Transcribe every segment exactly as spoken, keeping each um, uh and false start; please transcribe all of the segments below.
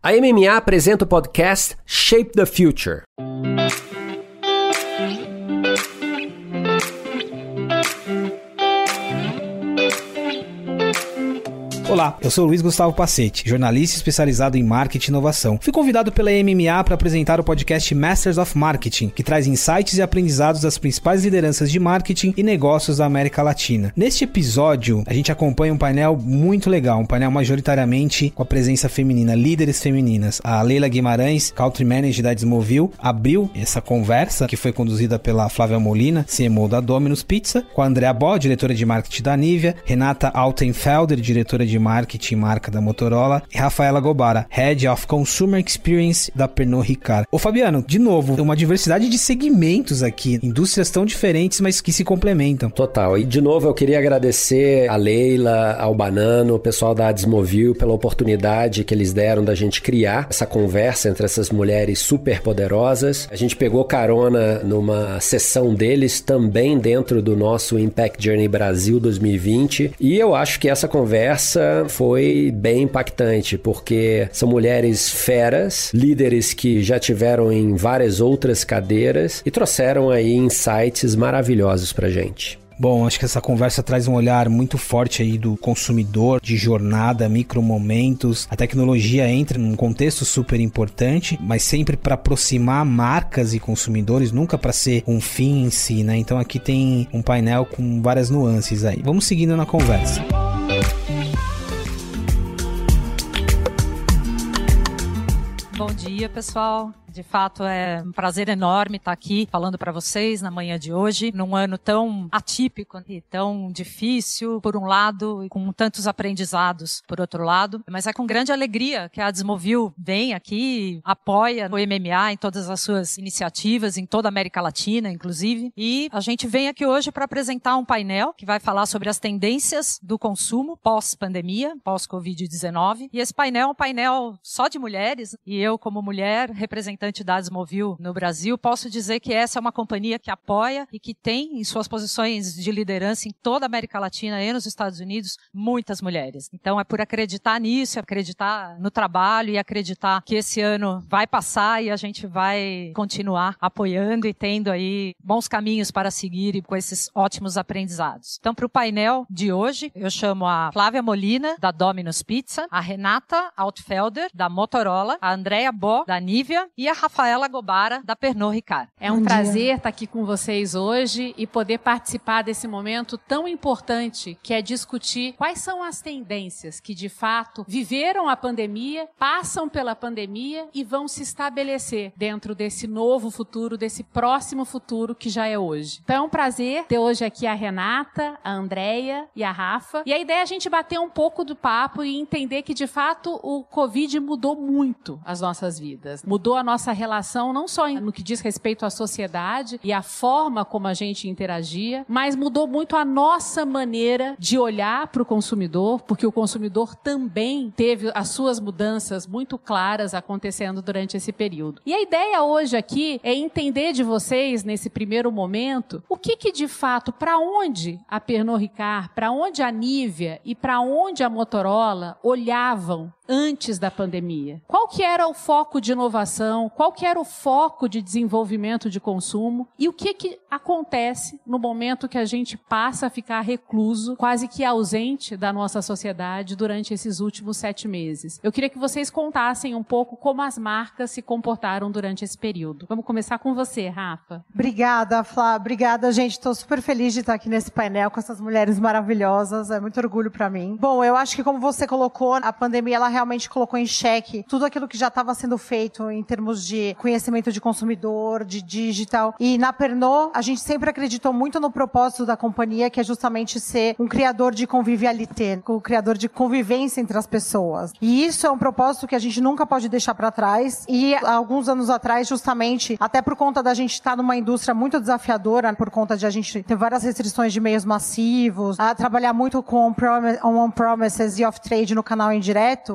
A M M A apresenta o podcast Shape the Future. Olá, eu sou o Luiz Gustavo Pacete, jornalista especializado em marketing e inovação. Fui convidado pela M M A para apresentar o podcast Masters of Marketing, que traz insights e aprendizados das principais lideranças de marketing e negócios da América Latina. Neste episódio, a gente acompanha um painel muito legal, um painel majoritariamente com a presença feminina, líderes femininas. A Leila Guimarães, Country Manager da Desmovil, abriu essa conversa, que foi conduzida pela Flávia Molina, C M O da Domino's Pizza, com a Andrea Bó, diretora de marketing da Nivea, Renata Altenfelder, diretora de marketing e marca da Motorola, e Rafaela Gobara, Head of Consumer Experience da Pernod Ricard. Ô Fabiano, de novo, uma diversidade de segmentos aqui, indústrias tão diferentes, mas que se complementam. Total, e de novo eu queria agradecer a Leila, ao Banano, o pessoal da Desmovil pela oportunidade que eles deram da gente criar essa conversa entre essas mulheres super poderosas. A gente pegou carona numa sessão deles também dentro do nosso Impact Journey Brasil dois mil e vinte, e eu acho que essa conversa foi bem impactante, porque são mulheres feras, líderes que já tiveram em várias outras cadeiras e trouxeram aí insights maravilhosos pra gente. Bom, acho que essa conversa traz um olhar muito forte aí do consumidor, de jornada, micromomentos. A tecnologia entra num contexto super importante, mas sempre para aproximar marcas e consumidores, nunca para ser um fim em si, né? Então aqui tem um painel com várias nuances aí. Vamos seguindo na conversa. Bom dia, pessoal. De fato, é um prazer enorme estar aqui falando para vocês na manhã de hoje, num ano tão atípico e tão difícil, por um lado, e com tantos aprendizados, por outro lado. Mas é com grande alegria que a Desmovil vem aqui, apoia o M M A em todas as suas iniciativas, em toda a América Latina, inclusive. E a gente vem aqui hoje para apresentar um painel que vai falar sobre as tendências do consumo pós-pandemia, pós-covid dezenove. E esse painel é um painel só de mulheres, e eu, como mulher, representante da Desmovil no Brasil, posso dizer que essa é uma companhia que apoia e que tem em suas posições de liderança em toda a América Latina e nos Estados Unidos muitas mulheres. Então é por acreditar nisso, acreditar no trabalho e acreditar que esse ano vai passar e a gente vai continuar apoiando e tendo aí bons caminhos para seguir e com esses ótimos aprendizados. Então, para o painel de hoje, eu chamo a Flávia Molina, da Domino's Pizza, a Renata Altfelder, da Motorola, a Andrea Bó, da Nivea, e a Rafaela Gobara, da Pernod Ricard. É um prazer estar aqui com vocês hoje e poder participar desse momento tão importante que é discutir quais são as tendências que, de fato, viveram a pandemia, passam pela pandemia e vão se estabelecer dentro desse novo futuro, desse próximo futuro que já é hoje. Então é um prazer ter hoje aqui a Renata, a Andrea e a Rafa. E a ideia é a gente bater um pouco do papo e entender que, de fato, o Covid mudou muito as nossas vidas. Mudou a nossa relação, não só no que diz respeito à sociedade e à forma como a gente interagia, mas mudou muito a nossa maneira de olhar para o consumidor, porque o consumidor também teve as suas mudanças muito claras acontecendo durante esse período. E a ideia hoje aqui é entender de vocês, nesse primeiro momento, o que que de fato, para onde a Pernod Ricard, para onde a Nivea e para onde a Motorola olhavam antes da pandemia. Qual que era o foco de inovação? Qual que era o foco de desenvolvimento de consumo? E o que que acontece no momento que a gente passa a ficar recluso, quase que ausente da nossa sociedade durante esses últimos sete meses? Eu queria que vocês contassem um pouco como as marcas se comportaram durante esse período. Vamos começar com você, Rafa. Obrigada, Flá. Obrigada, gente. Estou super feliz de estar aqui nesse painel com essas mulheres maravilhosas. É muito orgulho para mim. Bom, eu acho que como você colocou, a pandemia ela realmente colocou em xeque tudo aquilo que já estava sendo feito em termos de conhecimento de consumidor, de digital. E na Pernod, a gente sempre acreditou muito no propósito da companhia, que é justamente ser um criador de convivialité, um criador de convivência entre as pessoas. E isso é um propósito que a gente nunca pode deixar para trás. E há alguns anos atrás, justamente, até por conta da gente estar numa indústria muito desafiadora, por conta de a gente ter várias restrições de meios massivos, a trabalhar muito com on-premises e off-trade no canal indireto,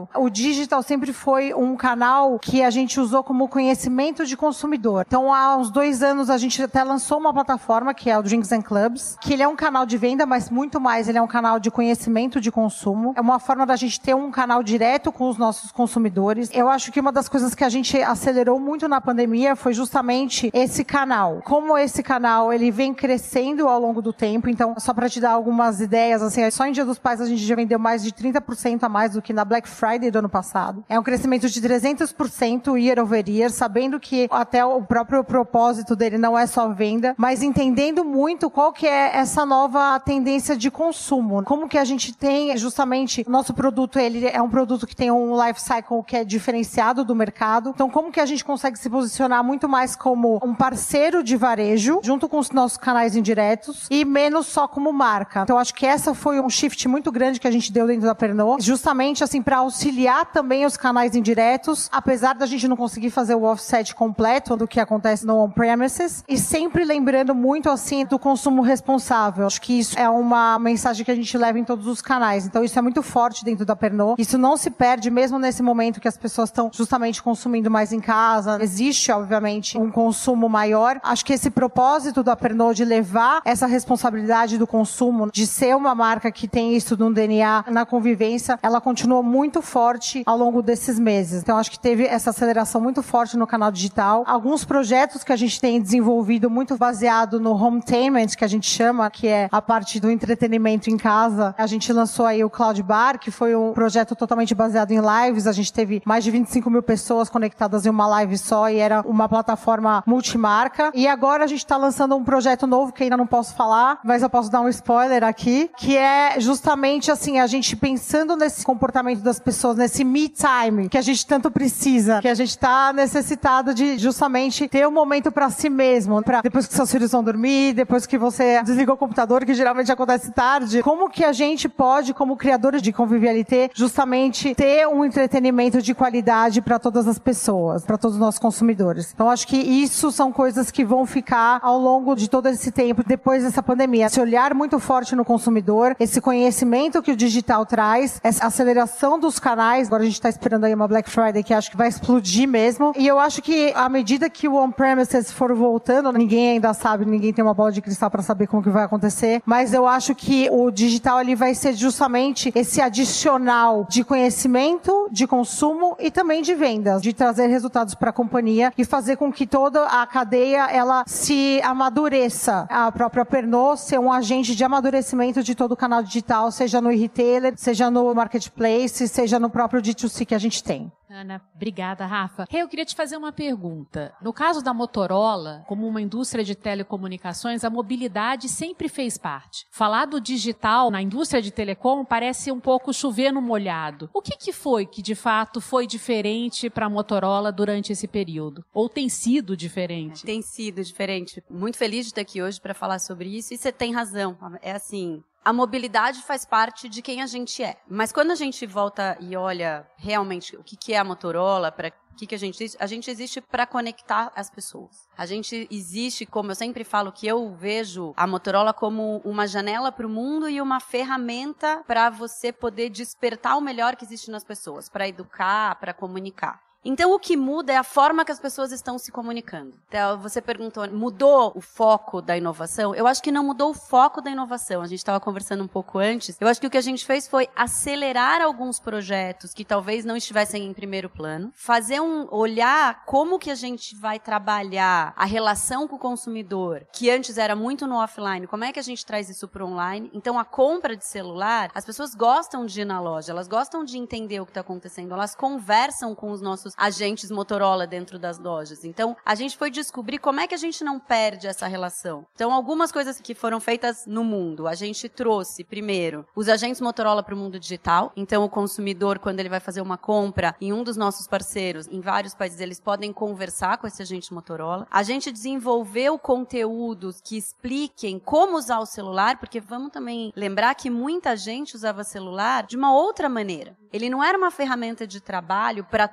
o digital sempre foi um canal que a gente usou como conhecimento de consumidor. Então, há uns dois anos, a gente até lançou uma plataforma, que é o Drinks and Clubs, que ele é um canal de venda, mas muito mais, ele é um canal de conhecimento de consumo. É uma forma da gente ter um canal direto com os nossos consumidores. Eu acho que uma das coisas que a gente acelerou muito na pandemia foi justamente esse canal. Como esse canal, ele vem crescendo ao longo do tempo. Então, só para te dar algumas ideias, assim, só em Dia dos Pais a gente já vendeu mais de trinta por cento a mais do que na Black Friday do ano passado. É um crescimento de trezentos por cento year over year, sabendo que até o próprio propósito dele não é só venda, mas entendendo muito qual que é essa nova tendência de consumo. Como que a gente tem justamente, o nosso produto, ele é um produto que tem um life cycle que é diferenciado do mercado. Então, como que a gente consegue se posicionar muito mais como um parceiro de varejo, junto com os nossos canais indiretos, e menos só como marca. Então, acho que essa foi um shift muito grande que a gente deu dentro da Pernod, justamente assim para auxiliar também os canais indiretos, apesar da gente não conseguir fazer o offset completo do que acontece no on-premises, e sempre lembrando muito assim do consumo responsável. Acho que isso é uma mensagem que a gente leva em todos os canais. Então, isso é muito forte dentro da Pernod. Isso não se perde mesmo nesse momento que as pessoas estão justamente consumindo mais em casa. Existe, obviamente, um consumo maior. Acho que esse propósito da Pernod de levar essa responsabilidade do consumo, de ser uma marca que tem isso no D N A, na convivência, ela continuou muito forte ao longo desses meses. Então, acho que teve essa aceleração muito forte no canal digital. Alguns projetos que a gente tem desenvolvido muito baseado no hometainment, que a gente chama, que é a parte do entretenimento em casa. A gente lançou aí o Cloud Bar, que foi um projeto totalmente baseado em lives. A gente teve mais de vinte e cinco mil pessoas conectadas em uma live só, e era uma plataforma multimarca. E agora a gente está lançando um projeto novo que ainda não posso falar, mas eu posso dar um spoiler aqui, que é justamente assim, a gente pensando nesse comportamento das pessoas, nesse me time que a gente tanto precisa, que a gente está necessitado de justamente ter um momento para si mesmo, para depois que seus filhos vão dormir, depois que você desliga o computador, que geralmente acontece tarde. Como que a gente pode, como criadores de convivialité, justamente ter um entretenimento de qualidade para todas as pessoas, para todos os nossos consumidores. Então, acho que isso são coisas que vão ficar ao longo de todo esse tempo, depois dessa pandemia. Esse olhar muito forte no consumidor, esse conhecimento que o digital traz, essa aceleração dos canais. Agora a gente está esperando aí uma Black Friday que acho que vai explodir mesmo. E eu acho que à medida que o on-premises for voltando, ninguém ainda sabe, ninguém tem uma bola de cristal para saber como que vai acontecer, mas eu acho que o digital ali vai ser justamente esse adicional de conhecimento, de consumo e também de vendas, de trazer resultados para a companhia e fazer com que toda a cadeia ela se amadureça. A própria Pernod ser um agente de amadurecimento de todo o canal digital, seja no e-retailer, seja no marketplace, seja no próprio D dois C que a gente tem. Ana, obrigada, Rafa. Eu queria te fazer uma pergunta. No caso da Motorola, como uma indústria de telecomunicações, a mobilidade sempre fez parte. Falar do digital na indústria de telecom parece um pouco chover no molhado. O que, que foi que, de fato, foi diferente para a Motorola durante esse período? Ou tem sido diferente? Tem sido diferente. Muito feliz de estar aqui hoje para falar sobre isso. E você tem razão. É assim... A mobilidade faz parte de quem a gente é. Mas quando a gente volta e olha realmente o que, que é a Motorola, para o que, que a gente existe, a gente existe para conectar as pessoas. A gente existe, como eu sempre falo, que eu vejo a Motorola como uma janela para o mundo e uma ferramenta para você poder despertar o melhor que existe nas pessoas, para educar, para comunicar. Então, o que muda é a forma que as pessoas estão se comunicando. Então, você perguntou, mudou o foco da inovação? Eu acho que não mudou o foco da inovação. A gente estava conversando um pouco antes. Eu acho que o que a gente fez foi acelerar alguns projetos que talvez não estivessem em primeiro plano, fazer um olhar como que a gente vai trabalhar a relação com o consumidor, que antes era muito no offline, como é que a gente traz isso para o online? Então, a compra de celular, as pessoas gostam de ir na loja, elas gostam de entender o que está acontecendo, elas conversam com os nossos agentes Motorola dentro das lojas. Então, a gente foi descobrir como é que a gente não perde essa relação. Então, algumas coisas que foram feitas no mundo. A gente trouxe, primeiro, os agentes Motorola para o mundo digital. Então, o consumidor, quando ele vai fazer uma compra em um dos nossos parceiros, em vários países, eles podem conversar com esse agente Motorola. A gente desenvolveu conteúdos que expliquem como usar o celular, porque vamos também lembrar que muita gente usava celular de uma outra maneira. Ele não era uma ferramenta de trabalho para todo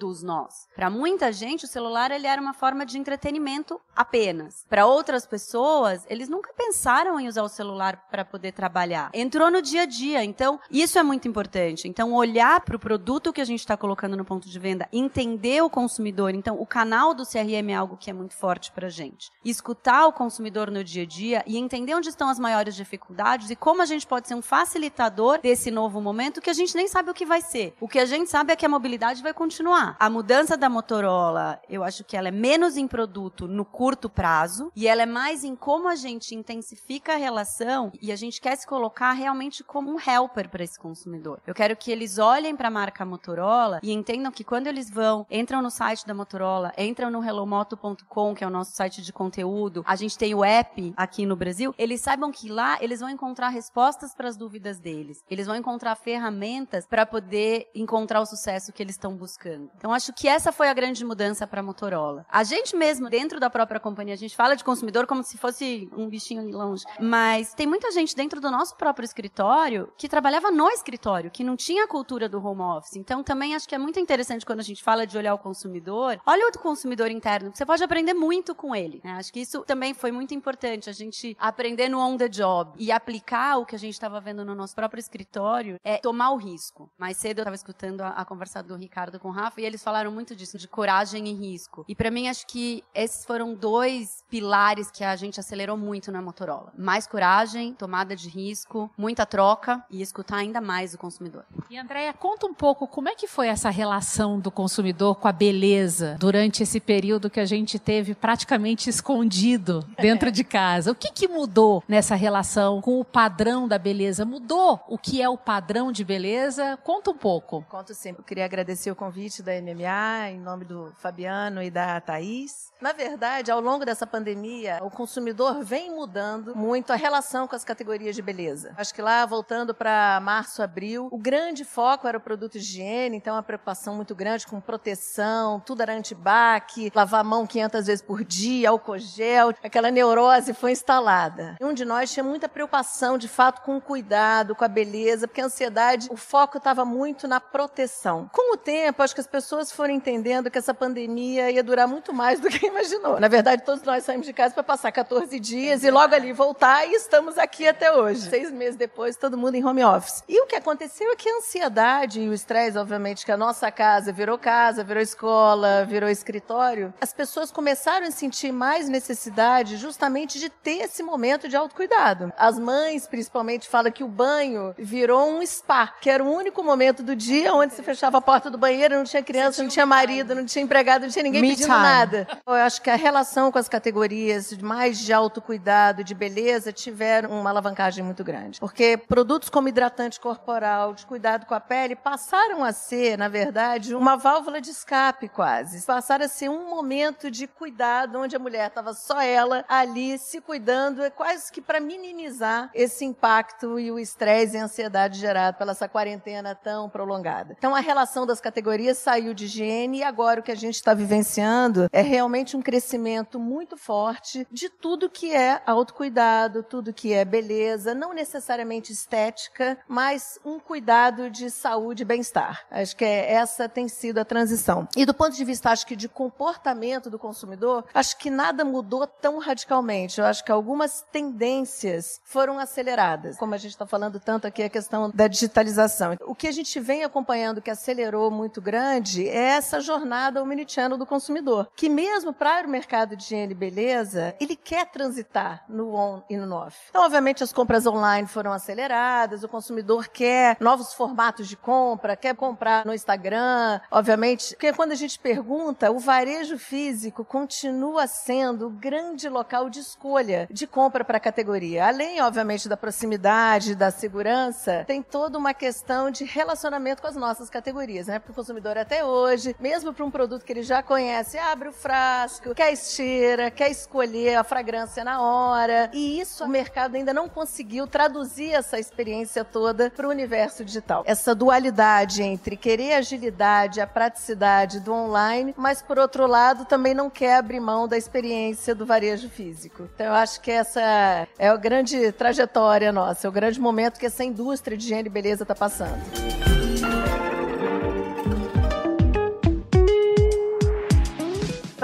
todos nós. Para muita gente, o celular ele era uma forma de entretenimento apenas. Para outras pessoas, eles nunca pensaram em usar o celular para poder trabalhar. Entrou no dia a dia, então isso é muito importante. Então, olhar para o produto que a gente está colocando no ponto de venda, entender o consumidor. Então, o canal do C R M é algo que é muito forte para a gente. Escutar o consumidor no dia a dia e entender onde estão as maiores dificuldades e como a gente pode ser um facilitador desse novo momento que a gente nem sabe o que vai ser. O que a gente sabe é que a mobilidade vai continuar. A mudança da Motorola, eu acho que ela é menos em produto no curto prazo e ela é mais em como a gente intensifica a relação e a gente quer se colocar realmente como um helper para esse consumidor. Eu quero que eles olhem para a marca Motorola e entendam que quando eles vão, entram no site da Motorola, entram no hello moto ponto com, que é o nosso site de conteúdo, a gente tem o app aqui no Brasil, eles saibam que lá eles vão encontrar respostas para as dúvidas deles. Eles vão encontrar ferramentas para poder encontrar o sucesso que eles estão buscando. Então, acho que essa foi a grande mudança para a Motorola. A gente mesmo, dentro da própria companhia, a gente fala de consumidor como se fosse um bichinho ali longe, mas tem muita gente dentro do nosso próprio escritório que trabalhava no escritório, que não tinha a cultura do home office. Então, também acho que é muito interessante quando a gente fala de olhar o consumidor, olha o consumidor interno, você pode aprender muito com ele, né? Acho que isso também foi muito importante, a gente aprender no on the job e aplicar o que a gente estava vendo no nosso próprio escritório, é tomar o risco. Mais cedo eu estava escutando a, a conversa do Ricardo com o Rafa e eles falaram muito disso, de coragem e risco. E para mim, acho que esses foram dois pilares que a gente acelerou muito na Motorola. Mais coragem, tomada de risco, muita troca e escutar ainda mais o consumidor. E Andréia, conta um pouco como é que foi essa relação do consumidor com a beleza durante esse período que a gente teve praticamente escondido dentro de casa. O que que mudou nessa relação com o padrão da beleza? Mudou o que é o padrão de beleza? Conta um pouco. Conto sim. Eu queria agradecer o convite da M M A, em nome do Fabiano e da Thaís. Na verdade, ao longo dessa pandemia, o consumidor vem mudando muito a relação com as categorias de beleza. Acho que lá, voltando para março, abril, o grande foco era o produto de higiene, então uma preocupação muito grande com proteção, tudo era antibac, lavar a mão quinhentas vezes por dia, álcool gel, aquela neurose foi instalada. E um de nós tinha muita preocupação, de fato, com o cuidado, com a beleza, porque a ansiedade, o foco estava muito na proteção. Com o tempo, acho que as pessoas foram entendendo que essa pandemia ia durar muito mais do que imaginou. Na verdade, todos nós saímos de casa para passar quatorze dias e logo ali voltar e estamos aqui até hoje. Seis meses depois, todo mundo em home office. E o que aconteceu é que a ansiedade e o estresse, obviamente, que a nossa casa virou casa, virou escola, virou escritório, as pessoas começaram a sentir mais necessidade justamente de ter esse momento de autocuidado. As mães, principalmente, falam que o banho virou um spa, que era o único momento do dia onde você fechava a porta do banheiro, não tinha criança, não tinha marido, não tinha empregado, não tinha ninguém Me pedindo time. nada. Eu acho que a relação com as categorias mais de autocuidado, de beleza, tiveram uma alavancagem muito grande. Porque produtos como hidratante corporal, de cuidado com a pele, passaram a ser, na verdade, uma válvula de escape quase. Passaram a ser um momento de cuidado, onde a mulher estava só ela ali se cuidando, é quase que para minimizar esse impacto e o estresse e a ansiedade gerado pela essa quarentena tão prolongada. Então a relação das categorias saiu de higiene e agora o que a gente está vivenciando é realmente um crescimento muito forte de tudo que é autocuidado, tudo que é beleza, não necessariamente estética, mas um cuidado de saúde e bem-estar. Acho que é, essa tem sido a transição. E do ponto de vista, acho que de comportamento do consumidor, acho que nada mudou tão radicalmente. Eu acho que algumas tendências foram aceleradas. Como a gente está falando tanto aqui, a questão da digitalização. O que a gente vem acompanhando que acelerou muito grande é essa jornada omnichannel do consumidor, que mesmo para o mercado de higiene e beleza, ele quer transitar no on e no off. Então, obviamente, as compras online foram aceleradas, o consumidor quer novos formatos de compra, quer comprar no Instagram, obviamente, porque quando a gente pergunta, o varejo físico continua sendo o grande local de escolha de compra para a categoria. Além, obviamente, da proximidade, da segurança, tem toda uma questão de relacionamento com as nossas categorias, né? Para o consumidor até hoje, mesmo para um produto que ele já conhece, abre o frasco, quer esteira, quer escolher a fragrância na hora. E isso o mercado ainda não conseguiu traduzir essa experiência toda para o universo digital. Essa dualidade entre querer a agilidade, a praticidade do online, mas por outro lado também não quer abrir mão da experiência do varejo físico. Então eu acho que essa é a grande trajetória nossa, é o grande momento que essa indústria de higiene e beleza está passando.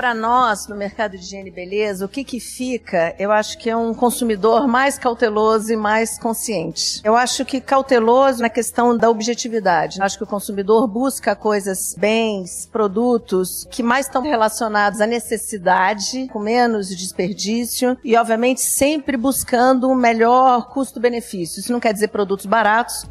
Para nós, no mercado de higiene e beleza, o que que fica, eu acho que é um consumidor mais cauteloso e mais consciente. Eu acho que cauteloso na questão da objetividade. Eu acho que o consumidor busca coisas, bens, produtos que mais estão relacionados à necessidade, com menos desperdício e, obviamente, sempre buscando o melhor custo-benefício. Isso não quer dizer produtos baratos.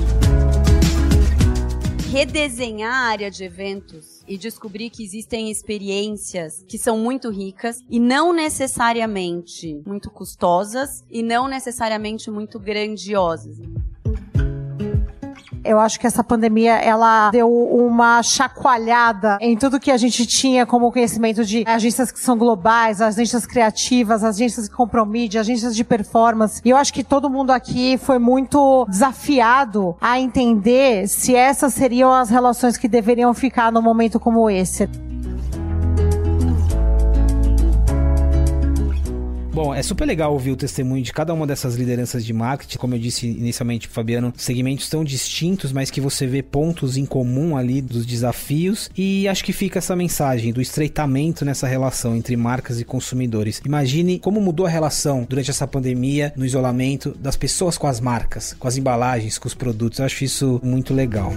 Redesenhar a área de eventos e descobrir que existem experiências que são muito ricas e não necessariamente muito custosas e não necessariamente muito grandiosas. Eu acho que essa pandemia, ela deu uma chacoalhada em tudo que a gente tinha como conhecimento de agências que são globais, agências criativas, agências que compram mídia, agências de performance. E eu acho que todo mundo aqui foi muito desafiado a entender se essas seriam as relações que deveriam ficar num momento como esse. Bom, é super legal ouvir o testemunho de cada uma dessas lideranças de marketing. Como eu disse inicialmente, Fabiano, segmentos tão distintos, mas que você vê pontos em comum ali dos desafios. E acho que fica essa mensagem do estreitamento nessa relação entre marcas e consumidores. Imagine como mudou a relação durante essa pandemia, no isolamento, das pessoas com as marcas, com as embalagens, com os produtos. Eu acho isso muito legal.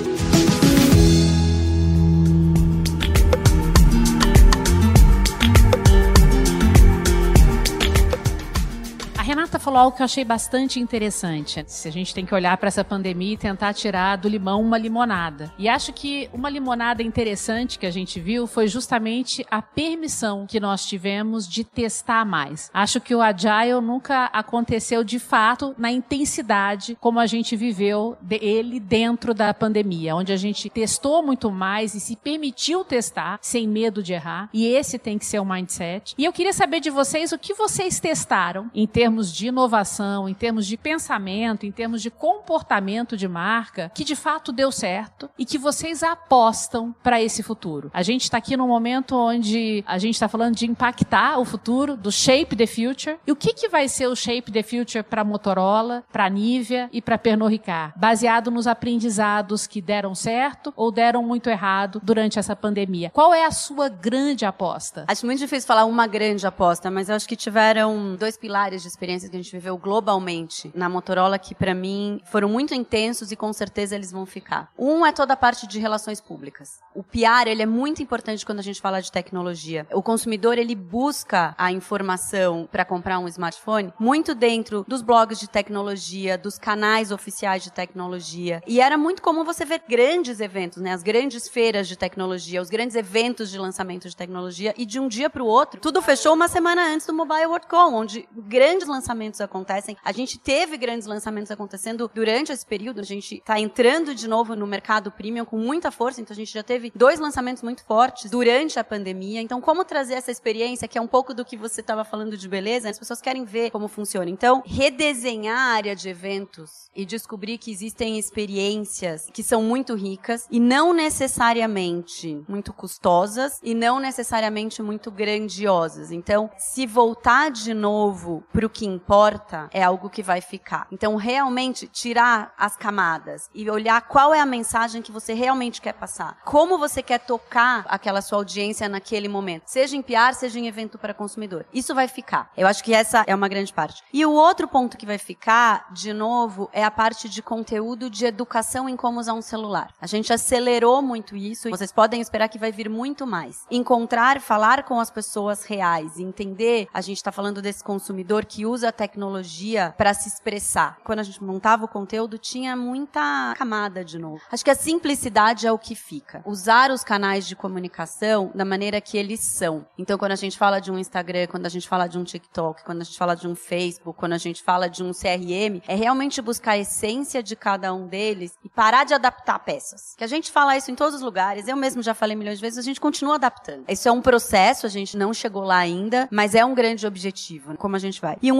Renata falou algo que eu achei bastante interessante. Se a gente tem que olhar para essa pandemia e tentar tirar do limão uma limonada. E acho que uma limonada interessante que a gente viu foi justamente a permissão que nós tivemos de testar mais. Acho que o Agile nunca aconteceu de fato na intensidade como a gente viveu ele dentro da pandemia, onde a gente testou muito mais e se permitiu testar sem medo de errar. E esse tem que ser o mindset. E eu queria saber de vocês o que vocês testaram em termos de inovação, em termos de pensamento, em termos de comportamento de marca, que de fato deu certo e que vocês apostam para esse futuro. A gente está aqui num momento onde a gente está falando de impactar o futuro, do Shape the Future. E o que, que vai ser o Shape the Future para Motorola, para Nivea e para Pernod Ricard? Baseado nos aprendizados que deram certo ou deram muito errado durante essa pandemia. Qual é a sua grande aposta? Acho muito difícil falar uma grande aposta, mas eu acho que tiveram dois pilares de experiências que a gente viveu globalmente na Motorola que, para mim, foram muito intensos e com certeza eles vão ficar. Um é toda a parte de relações públicas. O P R, ele é muito importante quando a gente fala de tecnologia. O consumidor, ele busca a informação para comprar um smartphone muito dentro dos blogs de tecnologia, dos canais oficiais de tecnologia. E era muito comum você ver grandes eventos, né? As grandes feiras de tecnologia, os grandes eventos de lançamento de tecnologia, e de um dia para o outro, tudo fechou uma semana antes do Mobile World Congress, onde grandes lançamentos acontecem. A gente teve grandes lançamentos acontecendo durante esse período. A gente está entrando de novo no mercado premium com muita força, então a gente já teve dois lançamentos muito fortes durante a pandemia. Então, como trazer essa experiência, que é um pouco do que você estava falando de beleza, as pessoas querem ver como funciona. Então, redesenhar a área de eventos e descobrir que existem experiências que são muito ricas e não necessariamente muito custosas e não necessariamente muito grandiosas. Então, se voltar de novo pro que importa, é algo que vai ficar. Então, realmente, tirar as camadas e olhar qual é a mensagem que você realmente quer passar. Como você quer tocar aquela sua audiência naquele momento. Seja em P R, seja em evento para consumidor. Isso vai ficar. Eu acho que essa é uma grande parte. E o outro ponto que vai ficar, de novo, é a parte de conteúdo de educação em como usar um celular. A gente acelerou muito isso. Vocês podem esperar que vai vir muito mais. Encontrar, falar com as pessoas reais, entender, a gente está falando desse consumidor que usa a tecnologia para se expressar. Quando a gente montava o conteúdo, tinha muita camada de novo. Acho que a simplicidade é o que fica. Usar os canais de comunicação da maneira que eles são. Então, quando a gente fala de um Instagram, quando a gente fala de um TikTok, quando a gente fala de um Facebook, quando a gente fala de um C R M, é realmente buscar a essência de cada um deles e parar de adaptar peças. Que a gente fala isso em todos os lugares, eu mesmo já falei milhões de vezes, a gente continua adaptando. Isso é um processo, a gente não chegou lá ainda, mas é um grande objetivo, como a gente vai. E um outro objetivo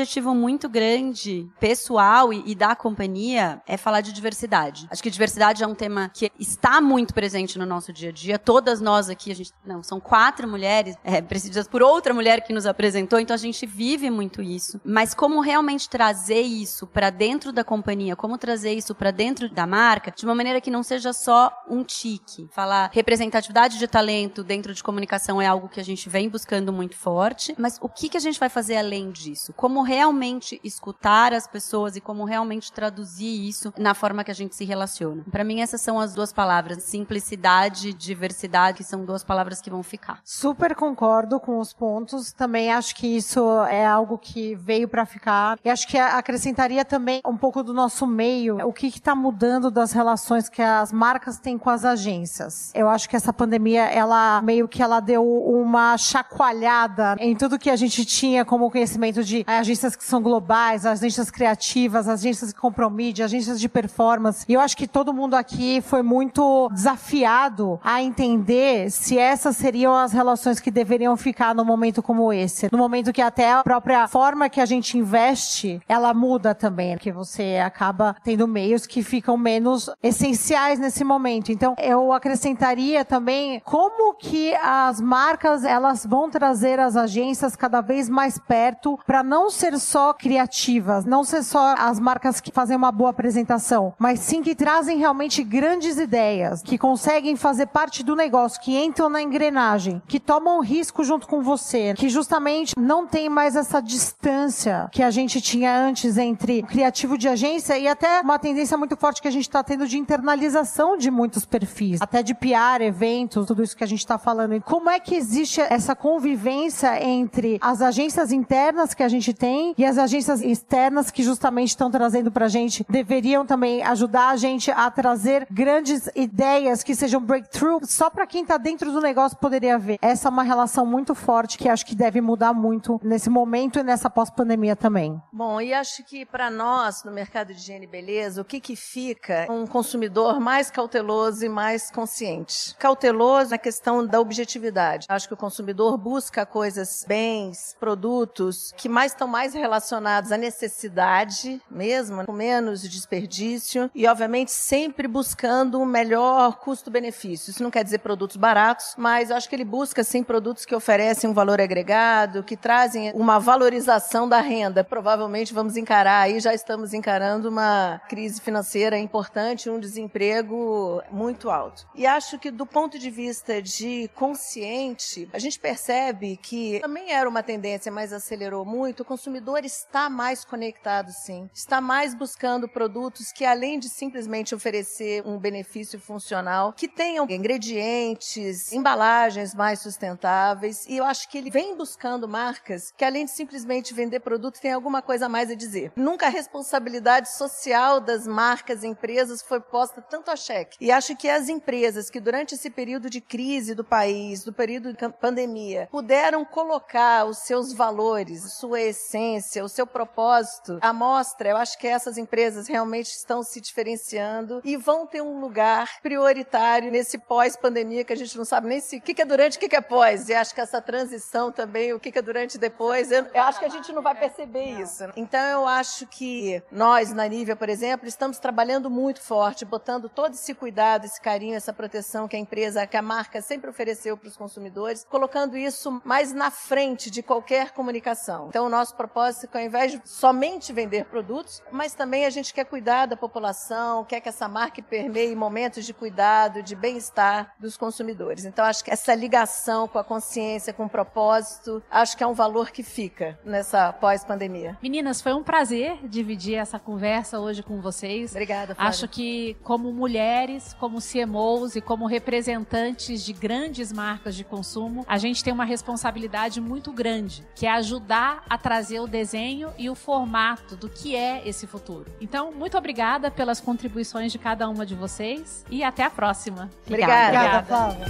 objetivo muito grande, pessoal e, e da companhia, é falar de diversidade. Acho que diversidade é um tema que está muito presente no nosso dia a dia. Todas nós aqui, a gente, não, são quatro mulheres, é, presididas por outra mulher que nos apresentou, então a gente vive muito isso. Mas como realmente trazer isso para dentro da companhia, como trazer isso para dentro da marca, de uma maneira que não seja só um tique. Falar representatividade de talento dentro de comunicação é algo que a gente vem buscando muito forte, mas o que, que a gente vai fazer além disso? Como realmente escutar as pessoas e como realmente traduzir isso na forma que a gente se relaciona. Para mim, essas são as duas palavras, simplicidade, diversidade, que são duas palavras que vão ficar. Super concordo com os pontos, também acho que isso é algo que veio para ficar, e acho que acrescentaria também um pouco do nosso meio, o que está mudando das relações que as marcas têm com as agências. Eu acho que essa pandemia, ela meio que ela deu uma chacoalhada em tudo que a gente tinha como conhecimento de agências que são globais, agências criativas, agências que compram mídia, agências de performance. E eu acho que todo mundo aqui foi muito desafiado a entender se essas seriam as relações que deveriam ficar num momento como esse. No momento que até a própria forma que a gente investe, ela muda também, porque você acaba tendo meios que ficam menos essenciais nesse momento. Então, eu acrescentaria também como que as marcas, elas vão trazer as agências cada vez mais perto para não ser só criativas, não ser só as marcas que fazem uma boa apresentação, mas sim que trazem realmente grandes ideias, que conseguem fazer parte do negócio, que entram na engrenagem, que tomam risco junto com você, que justamente não tem mais essa distância que a gente tinha antes entre o criativo de agência e até uma tendência muito forte que a gente está tendo de internalização de muitos perfis, até de P R, eventos, tudo isso que a gente está falando. E como é que existe essa convivência entre as agências internas que a gente tem e as agências externas que justamente estão trazendo pra gente, deveriam também ajudar a gente a trazer grandes ideias que sejam breakthrough, só para quem tá dentro do negócio poderia ver. Essa é uma relação muito forte que acho que deve mudar muito nesse momento e nessa pós-pandemia também. Bom, e acho que para nós, no mercado de higiene e beleza, o que que fica? Um consumidor mais cauteloso e mais consciente. Cauteloso na questão da objetividade. Acho que o consumidor busca coisas, bens, produtos que mais estão mais relacionados à necessidade mesmo, com menos desperdício e, obviamente, sempre buscando o melhor custo-benefício. Isso não quer dizer produtos baratos, mas eu acho que ele busca, sim, produtos que oferecem um valor agregado, que trazem uma valorização da renda. Provavelmente vamos encarar aí, já estamos encarando uma crise financeira importante, um desemprego muito alto. E acho que do ponto de vista de consciente, a gente percebe que também era uma tendência, mas acelerou muito. O consumidor está mais conectado, sim. Está mais buscando produtos que, além de simplesmente oferecer um benefício funcional, que tenham ingredientes, embalagens mais sustentáveis. E eu acho que ele vem buscando marcas que, além de simplesmente vender produto, tem alguma coisa a mais a dizer. Nunca a responsabilidade social das marcas e empresas foi posta tanto a xeque. E acho que as empresas que, durante esse período de crise do país, do período de pandemia, puderam colocar os seus valores, sua essência, o seu propósito à mostra, eu acho que essas empresas realmente estão se diferenciando e vão ter um lugar prioritário nesse pós-pandemia que a gente não sabe nem se o que é durante, o que é pós. E acho que essa transição também, o que é durante e depois, eu, eu acho que a gente não vai perceber isso. Então eu acho que nós, na Nivea, por exemplo, estamos trabalhando muito forte, botando todo esse cuidado, esse carinho, essa proteção que a empresa, que a marca sempre ofereceu para os consumidores, colocando isso mais na frente de qualquer comunicação. Então o nosso propósito é que, ao invés de somente vender produtos, mas também a gente quer cuidar da população, quer que essa marca permeie momentos de cuidado, de bem-estar dos consumidores. Então acho que essa ligação com a consciência, com o propósito, acho que é um valor que fica nessa pós-pandemia. Meninas, foi um prazer dividir essa conversa hoje com vocês. Obrigada, Flávia. Acho que como mulheres, como C M Os e como representantes de grandes marcas de consumo, a gente tem uma responsabilidade muito grande, que é ajudar a trazer o desenho e o formato do que é esse futuro. Então, muito obrigada pelas contribuições de cada uma de vocês e até a próxima. Obrigada. Obrigada, Flávia.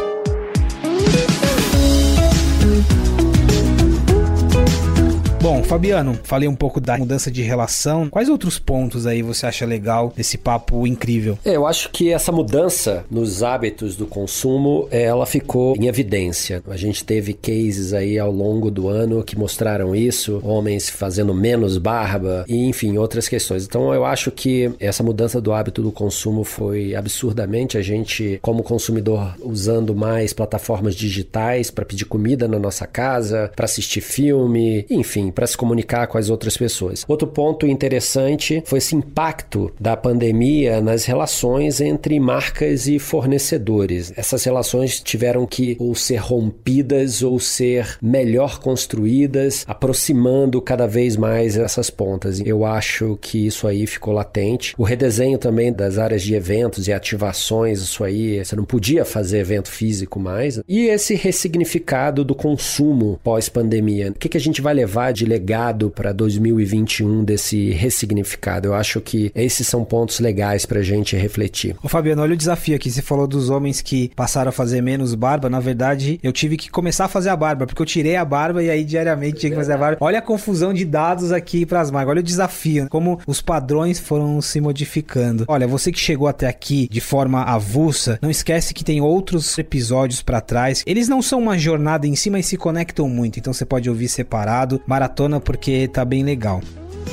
Bom, Fabiano, falei um pouco da mudança de relação. Quais outros pontos aí você acha legal desse papo incrível? É, eu acho que essa mudança nos hábitos do consumo, ela ficou em evidência. A gente teve cases aí ao longo do ano que mostraram isso, homens fazendo menos barba e, enfim, outras questões. Então, eu acho que essa mudança do hábito do consumo foi absurdamente a gente, como consumidor, usando mais plataformas digitais para pedir comida na nossa casa, para assistir filme, enfim, para se comunicar com as outras pessoas. Outro ponto interessante foi esse impacto da pandemia nas relações entre marcas e fornecedores. Essas relações tiveram que ou ser rompidas ou ser melhor construídas, aproximando cada vez mais essas pontas. Eu acho que isso aí ficou latente. O redesenho também das áreas de eventos e ativações, isso aí, você não podia fazer evento físico mais. E esse ressignificado do consumo pós-pandemia. O que, que a gente vai levar de legado para dois mil e vinte e um desse ressignificado? Eu acho que esses são pontos legais pra gente refletir. Ô Fabiano, olha o desafio aqui. Você falou dos homens que passaram a fazer menos barba. Na verdade, eu tive que começar a fazer a barba, porque eu tirei a barba e aí diariamente tinha que fazer a barba. Olha a confusão de dados aqui pras marcas. Olha o desafio, como os padrões foram se modificando. Olha, você que chegou até aqui de forma avulsa, não esquece que tem outros episódios pra trás. Eles não são uma jornada em si, mas se conectam muito. Então você pode ouvir separado, maratona, porque tá bem legal.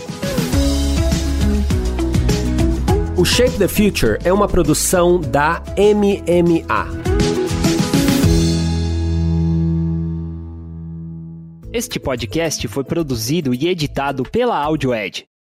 O Shape the Future é uma produção da M M A. Este podcast foi produzido e editado pela AudioEd.